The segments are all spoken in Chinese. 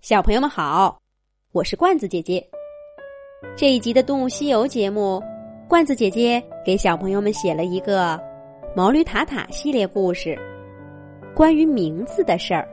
小朋友们好，我是罐子姐姐。这一集的动物西游节目，罐子姐姐给小朋友们写了一个毛驴塔塔系列故事，关于名字的事儿。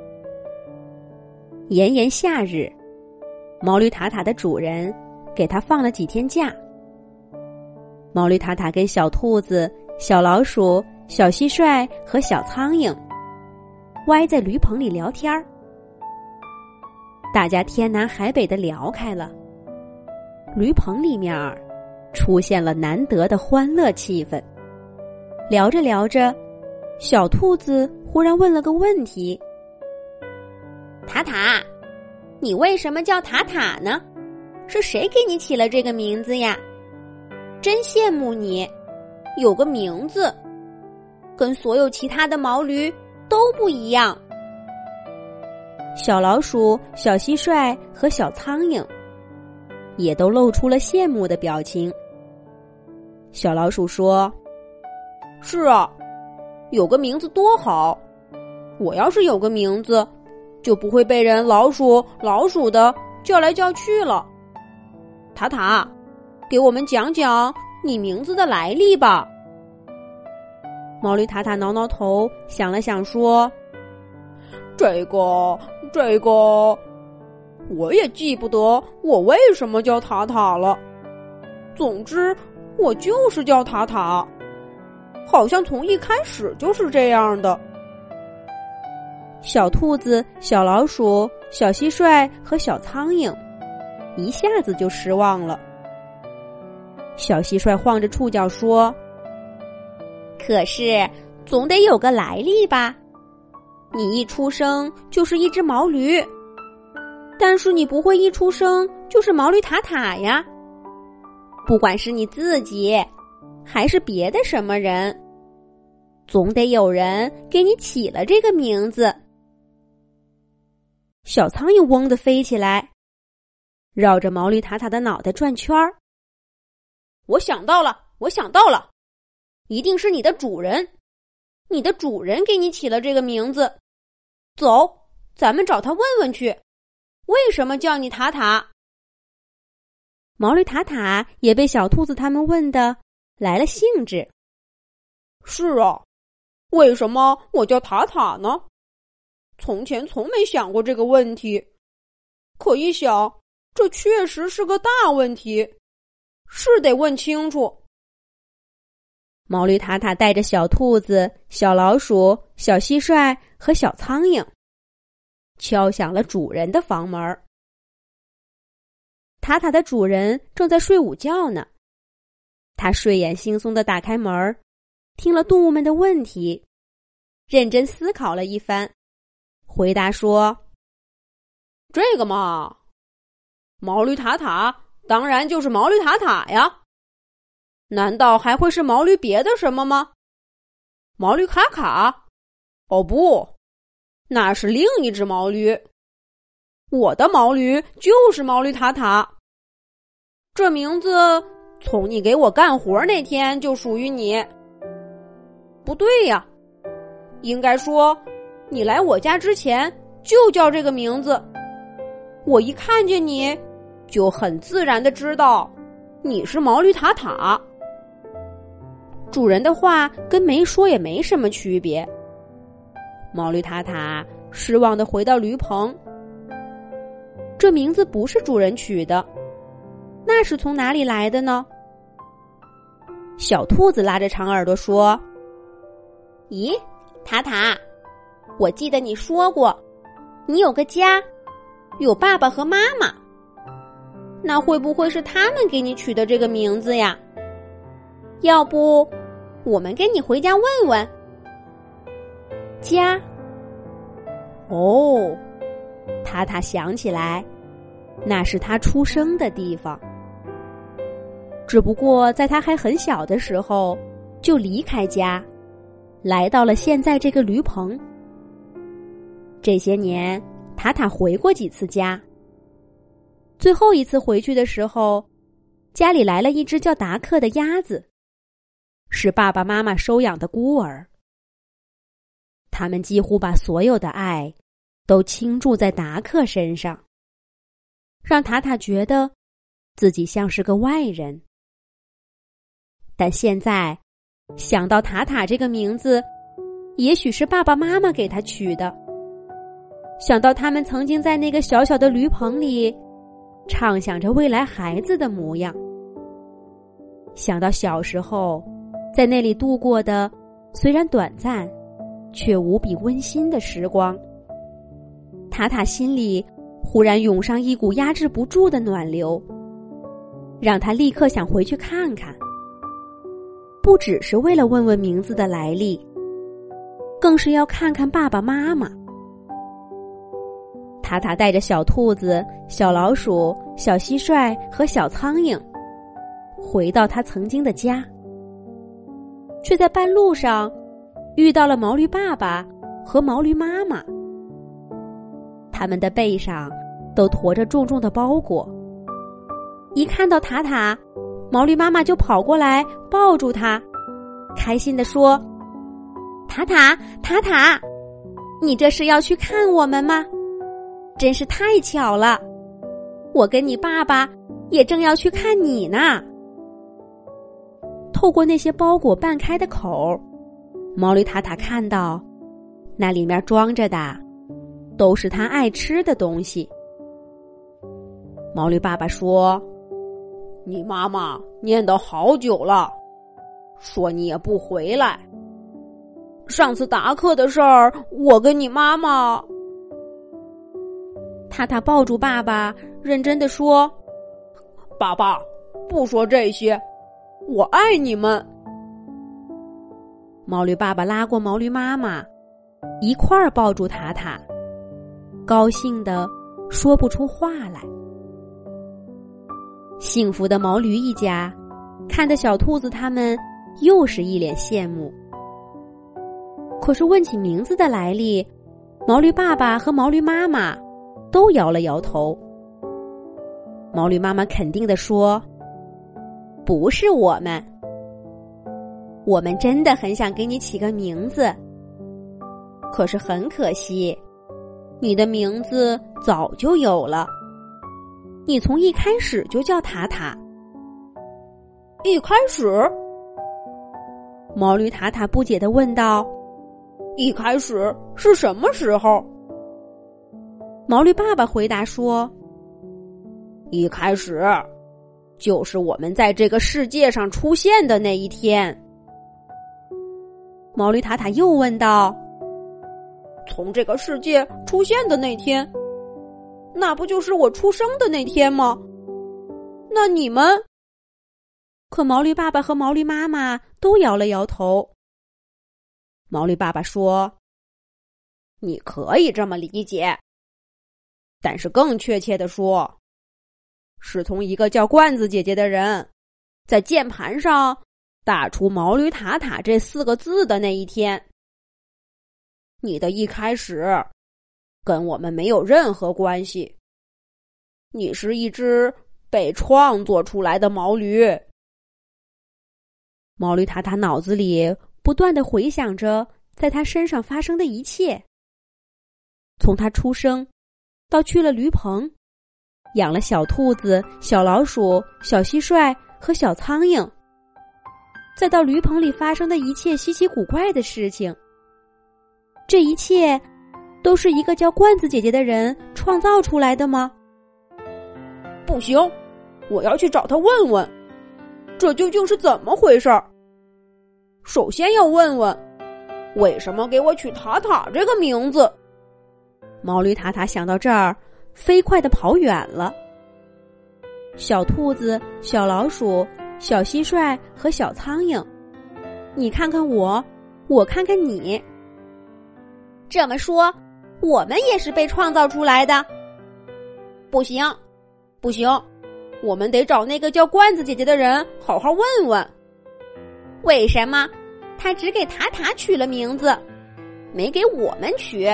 炎炎夏日，毛驴塔塔的主人给他放了几天假。毛驴塔塔跟小兔子、小老鼠、小蟋蟀和小苍蝇歪在驴棚里聊天儿。大家天南海北地聊开了，驴棚里面出现了难得的欢乐气氛。聊着聊着，小兔子忽然问了个问题：塔塔，你为什么叫塔塔呢？是谁给你起了这个名字呀？真羡慕你，有个名字，跟所有其他的毛驴都不一样。小老鼠、小蟋蟀和小苍蝇也都露出了羡慕的表情。小老鼠说：是啊，有个名字多好，我要是有个名字，就不会被人老鼠老鼠的叫来叫去了。塔塔，给我们讲讲你名字的来历吧。毛驴塔塔挠挠头，想了想说：这个，我也记不得我为什么叫塔塔了。总之，我就是叫塔塔，好像从一开始就是这样的。小兔子、小老鼠、小蟋蟀和小苍蝇一下子就失望了。小蟋蟀晃着触角说：可是总得有个来历吧？你一出生就是一只毛驴，但是你不会一出生就是毛驴塔塔呀。不管是你自己还是别的什么人，总得有人给你起了这个名字。小苍蝇嗡地飞起来，绕着毛驴塔塔的脑袋转圈儿。我想到了，一定是你的主人，你的主人给你起了这个名字。走，咱们找他问问去，为什么叫你塔塔？毛驴塔塔也被小兔子他们问得来了兴致。是啊，为什么我叫塔塔呢？从前从没想过这个问题，可一想，这确实是个大问题，是得问清楚。毛驴塔塔带着小兔子、小老鼠、小蟋蟀和小苍蝇敲响了主人的房门。塔塔的主人正在睡午觉呢，他睡眼惺忪地打开门，听了动物们的问题，认真思考了一番，回答说：这个嘛，毛驴塔塔当然就是毛驴塔塔呀，难道还会是毛驴别的什么吗？毛驴卡卡？哦不，那是另一只毛驴。我的毛驴就是毛驴塔塔。这名字从你给我干活那天就属于你。不对呀，应该说你来我家之前就叫这个名字。我一看见你，就很自然地知道你是毛驴塔塔。主人的话跟没说也没什么区别。毛驴塔塔失望地回到驴棚。这名字不是主人取的，那是从哪里来的呢？小兔子拉着长耳朵说：咦，塔塔，我记得你说过，你有个家，有爸爸和妈妈，那会不会是他们给你取的这个名字呀？要不我们跟你回家问问。家？哦，塔塔想起来，那是他出生的地方。只不过在他还很小的时候，就离开家，来到了现在这个驴棚。这些年，塔塔回过几次家。最后一次回去的时候，家里来了一只叫达克的鸭子，是爸爸妈妈收养的孤儿。他们几乎把所有的爱都倾注在达克身上，让塔塔觉得自己像是个外人。但现在想到塔塔这个名字也许是爸爸妈妈给他取的，想到他们曾经在那个小小的驴棚里畅想着未来孩子的模样，想到小时候在那里度过的虽然短暂却无比温馨的时光，塔塔心里忽然涌上一股压制不住的暖流，让他立刻想回去看看，不只是为了问问名字的来历，更是要看看爸爸妈妈。塔塔带着小兔子、小老鼠、小蟋蟀和小苍蝇回到他曾经的家，却在半路上遇到了毛驴爸爸和毛驴妈妈。他们的背上都驮着重重的包裹，一看到塔塔，毛驴妈妈就跑过来抱住他，开心地说：塔塔，塔塔，你这是要去看我们吗？真是太巧了，我跟你爸爸也正要去看你呢。透过那些包裹半开的口，毛驴塔塔看到那里面装着的都是他爱吃的东西。毛驴爸爸说：你妈妈念叨好久了，说你也不回来。上次达克的事儿，我跟你妈妈……塔塔抱住爸爸，认真地说：爸爸，不说这些，我爱你们。毛驴爸爸拉过毛驴妈妈，一块儿抱住塔塔，高兴得说不出话来。幸福的毛驴一家看得小兔子他们又是一脸羡慕。可是问起名字的来历，毛驴爸爸和毛驴妈妈都摇了摇头。毛驴妈妈肯定地说：不是我们，我们真的很想给你起个名字，可是很可惜，你的名字早就有了，你从一开始就叫塔塔。一开始？毛驴塔塔不解地问道：一开始是什么时候？毛驴爸爸回答说：一开始就是我们在这个世界上出现的那一天。毛驴塔塔又问道：从这个世界出现的那天，那不就是我出生的那天吗？那你们……可毛驴爸爸和毛驴妈妈都摇了摇头。毛驴爸爸说：你可以这么理解，但是更确切地说，是从一个叫罐子姐姐的人在键盘上打出毛驴塔塔这4个字的那一天。你的一开始跟我们没有任何关系，你是一只被创作出来的毛驴。毛驴塔塔脑子里不断地回想着在他身上发生的一切，从他出生到去了驴棚，养了小兔子、小老鼠、小蟋蟀和小苍蝇，再到驴棚里发生的一切稀奇古怪的事情，这一切都是一个叫罐子姐姐的人创造出来的吗？不行，我要去找他问问，这究竟是怎么回事儿。首先要问问，为什么给我取塔塔这个名字？毛驴塔塔想到这儿，飞快地跑远了。小兔子、小老鼠、小蟋蟀和小苍蝇，你看看我，我看看你。这么说，我们也是被创造出来的？不行，不行，我们得找那个叫罐子姐姐的人好好问问，为什么他只给塔塔取了名字，没给我们取？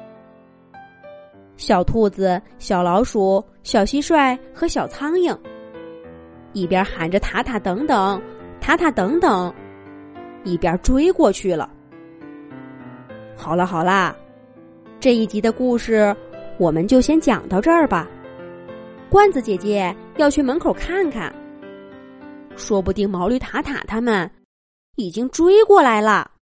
小兔子、小老鼠、小蟋蟀和小苍蝇一边喊着塔塔等等，塔塔等等，一边追过去了。好了好啦， 这一集的故事我们就先讲到这儿吧。罐子姐姐要去门口看看，说不定毛驴塔塔他们已经追过来了。